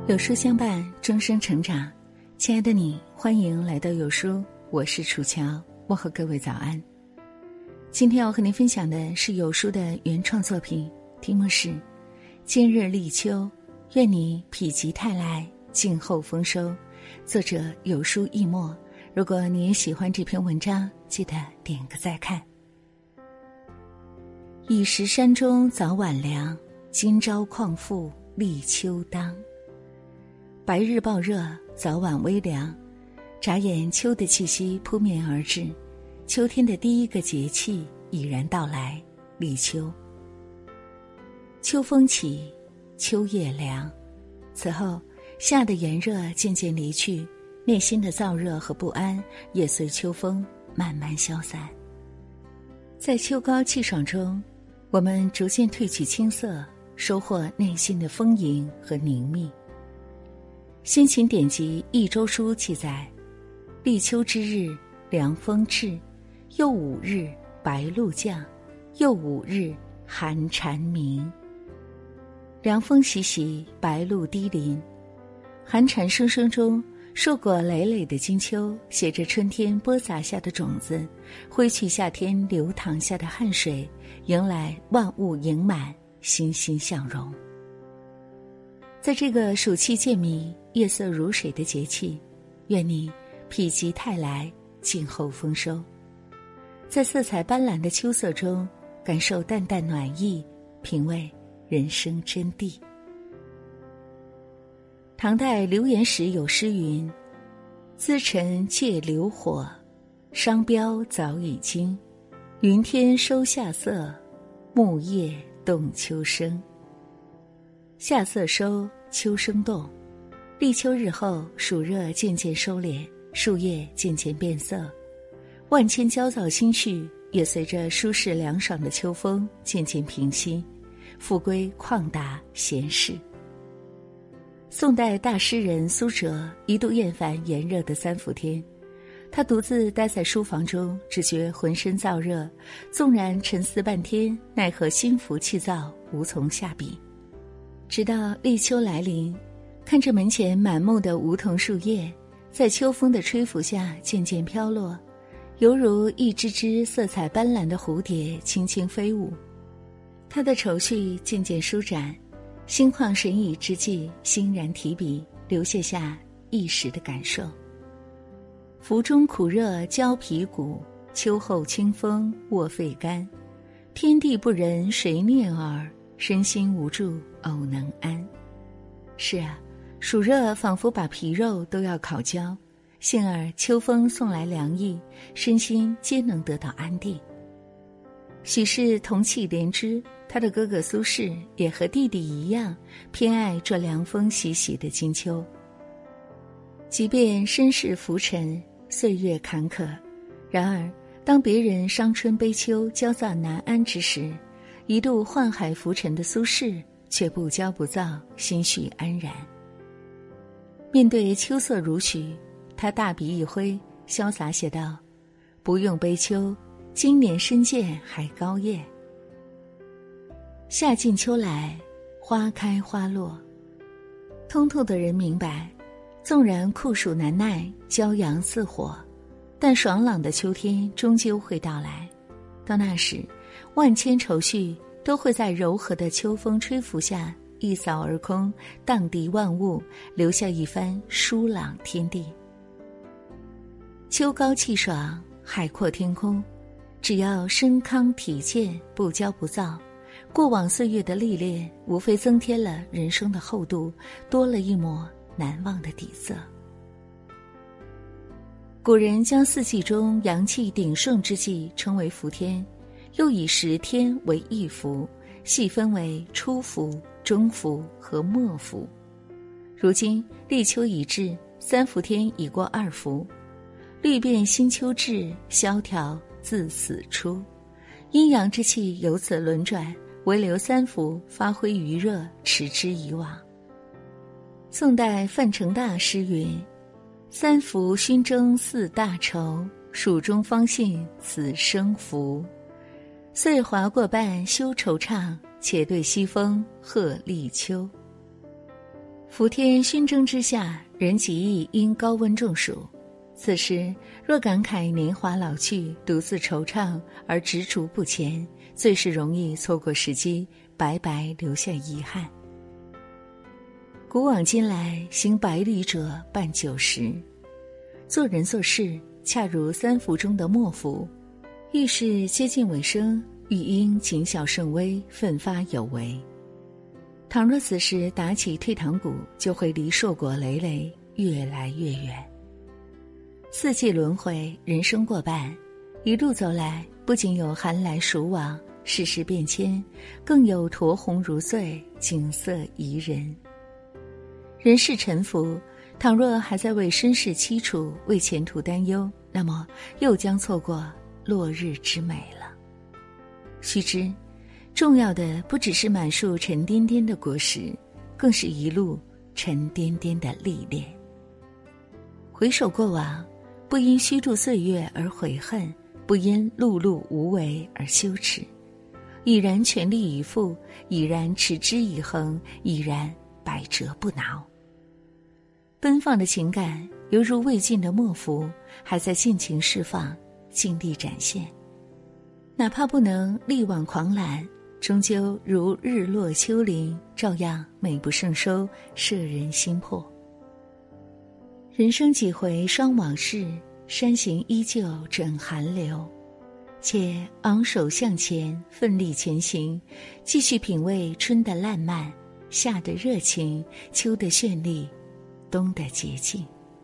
有书相伴，终生成长。亲爱的你，欢迎来到有书，我是楚乔，问候各位早安。今天要和您分享的是有书的原创作品，题目是《今日立秋，愿你否极泰来，静候丰收》，作者有书一墨。如果你也喜欢这篇文章，记得点个再看。已识山中早晚凉，今朝况复立秋当。白日暴热，早晚微凉，眨眼秋的气息扑面而至，秋天的第一个节气已然到来，立秋。秋风起，秋夜凉，此后夏的炎热渐渐离去，内心的燥热和不安也随秋风慢慢消散。在秋高气爽中，我们逐渐褪去青涩，收获内心的丰盈和凝密。先秦典籍《益州书》记载，立秋之日，凉风至，又5日，白露降，又5日，寒蝉鸣。凉风习习，白露低临，寒蝉声声中，硕果累累的金秋携着春天播撒下的种子，挥去夏天流淌下的汗水，迎来万物盈满，欣欣向荣。在这个暑气渐迷，夜色如水的节气，愿你否极泰来，静候丰收。在色彩斑斓的秋色中，感受淡淡暖意，品味人生真谛。唐代刘言时有诗云：资尘借流火，商标早已经，云天收夏色，木叶动秋声。夏色收，秋声动。立秋日后，暑热渐渐收敛，树叶渐渐变色，万千焦躁心绪也随着舒适凉爽的秋风渐渐平息，复归旷达闲适。宋代大诗人苏辙一度厌烦炎热的3伏天，他独自待在书房中，只觉浑身燥热，纵然沉思半天，奈何心浮气躁，无从下笔。直到立秋来临，看着门前满目的梧桐树叶，在秋风的吹拂下渐渐飘落，犹如一只只色彩斑斓的蝴蝶轻轻飞舞。他的愁绪渐渐舒展，心旷神怡之际，欣然提笔，留下下一时的感受。伏中苦热焦皮骨，秋后清风卧肺肝。天地不仁谁念尔，身心无助偶能安。是啊，暑热仿佛把皮肉都要烤焦，幸而秋风送来凉意，身心皆能得到安定。许是同气连枝，他的哥哥苏轼也和弟弟一样，偏爱这凉风习习的金秋。即便身世浮沉，岁月坎坷，然而当别人伤春悲秋，焦躁难安之时，一度宦海浮沉的苏轼却不骄不躁，心绪安然。面对秋色如许，他大笔一挥，潇洒写道：不用悲秋，今年深见还高叶。夏尽秋来，花开花落。通透的人明白，纵然酷暑难耐，骄阳似火，但爽朗的秋天终究会到来。到那时，万千愁绪都会在柔和的秋风吹拂下一扫而空，荡涤万物，留下一番舒朗天地。秋高气爽，海阔天空，只要身康体健，不骄不躁，过往岁月的历练无非增添了人生的厚度，多了一抹难忘的底色。古人将四季中阳气鼎盛之际称为伏天，又以10天为一伏，细分为初伏、中伏和末伏。如今立秋已至，3伏天已过2伏，绿变新秋至，萧条自此出，阴阳之气由此轮转，唯留3伏发挥余热，持之以往。宋代范成大诗云：三伏熏蒸四大愁，蜀中方信此生福。岁华过半休惆怅，且对西风贺立秋。 伏天熏蒸之下，人极易因高温中暑。此时若感慨年华老去，独自惆怅而执着不前，最是容易错过时机，白白留下遗憾。古往今来，行百里者半90，做人做事恰如三伏中的末伏，遇事接近尾声，欲应谨小慎微，奋发有为。倘若此时打起退堂鼓，就会离硕果累累越来越远。四季轮回，人生过半，一路走来，不仅有寒来暑往，世事变迁，更有驼红如醉，景色宜人。人世沉浮，倘若还在为身世凄楚，为前途担忧，那么又将错过落日之美了。须知，重要的不只是满树沉甸甸的果实，更是一路沉甸甸的历练。回首过往，不因虚度岁月而悔恨，不因碌碌无为而羞耻，已然全力以赴，已然持之以恒，已然百折不挠。奔放的情感犹如未尽的墨符，还在尽情释放，尽力展现。哪怕不能力挽狂澜，终究如日落秋林，照样美不胜收，摄人心魄。人生几回双往事，山行依旧枕寒流。且昂首向前，奋力前行，继续品味春的烂漫，夏的热情，秋的绚丽，冬的洁净。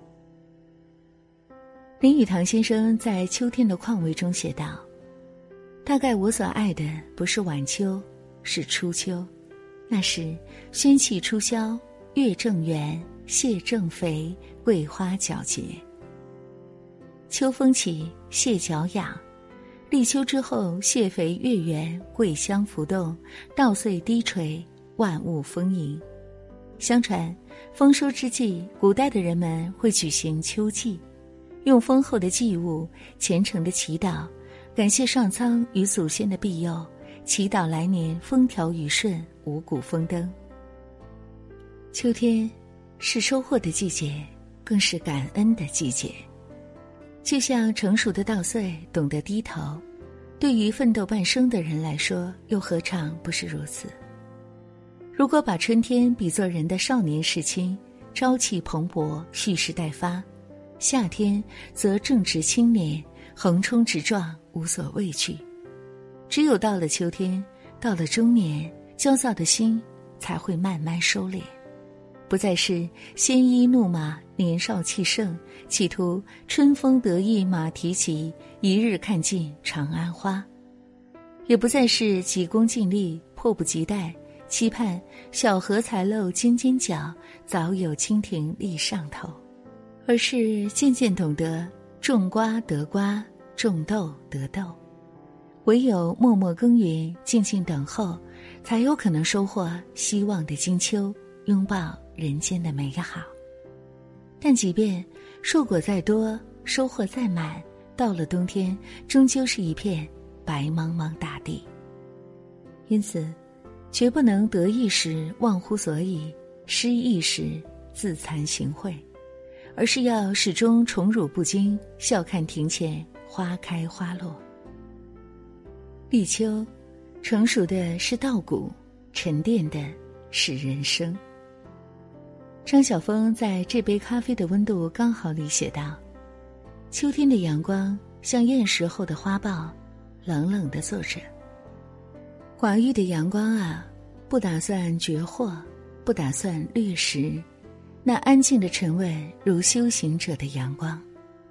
林语堂先生在《秋天的况味》中写道：大概我所爱的不是晚秋，是初秋。那时轩气初消，月正圆，蟹正肥，桂花皎洁。秋风起，蟹脚痒，立秋之后，蟹肥月圆，桂香浮动，稻穗低垂，万物丰盈。相传丰收之际，古代的人们会举行秋祭，用丰厚的祭物虔诚的祈祷，感谢上苍与祖先的庇佑，祈祷来年风调雨顺，五谷丰登。秋天是收获的季节，更是感恩的季节。就像成熟的稻穗懂得低头，对于奋斗半生的人来说，又何尝不是如此？如果把春天比作人的少年时期，朝气蓬勃，蓄势待发；夏天则正值青年，横冲直撞，无所畏惧。只有到了秋天，到了中年，焦躁的心才会慢慢收敛，不再是鲜衣怒马，年少气盛，企图春风得意马蹄疾，一日看尽长安花；也不再是急功近利，迫不及待，期盼小荷才露尖尖角，早有蜻蜓立上头，而是渐渐懂得种瓜得瓜，种豆得豆。唯有默默耕耘，静静等候，才有可能收获希望的金秋，拥抱人间的美好。但即便硕果再多，收获再满，到了冬天，终究是一片白茫茫大地。因此绝不能得意时忘乎所以，失意时自惭形秽，而是要始终宠辱不惊，笑看庭前花开花落。立秋，成熟的是稻谷，沉淀的是人生。张晓峰在《这杯咖啡的温度刚好》里写道：秋天的阳光像厌食后的花苞，冷冷地坐着。寡欲的阳光啊，不打算绝祸，不打算掠食，那安静的沉稳如修行者的阳光。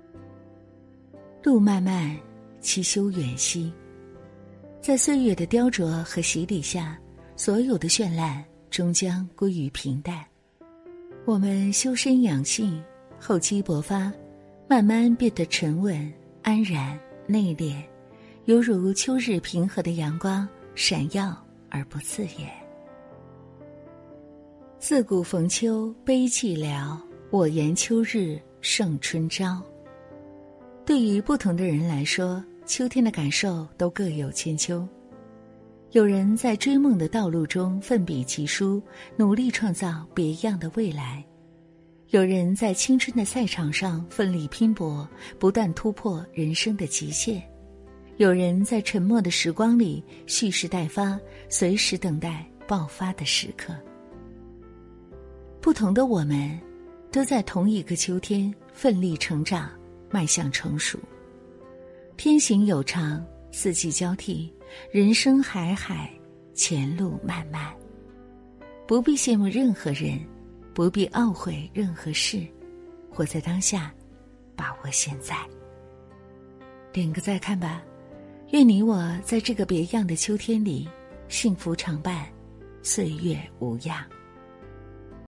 路漫漫，其修远兮。在岁月的雕琢和洗礼下，所有的绚烂终将归于平淡。我们修身养性，厚积薄发，慢慢变得沉稳、安然、内敛，犹如秋日平和的阳光，闪耀而不刺眼。自古逢秋悲寂寥，我言秋日胜春朝。对于不同的人来说，秋天的感受都各有千秋。 有人在追梦的道路中奋笔疾书，努力创造别样的未来；有人在青春的赛场上奋力拼搏，不断突破人生的极限；有人在沉默的时光里蓄势待发，随时等待爆发的时刻。不同的我们，都在同一个秋天奋力成长，迈向成熟。天行有常，四季交替，人生海海，前路漫漫。不必羡慕任何人，不必懊悔任何事，活在当下，把握现在。点个再看吧，愿你我在这个别样的秋天里，幸福常伴，岁月无恙。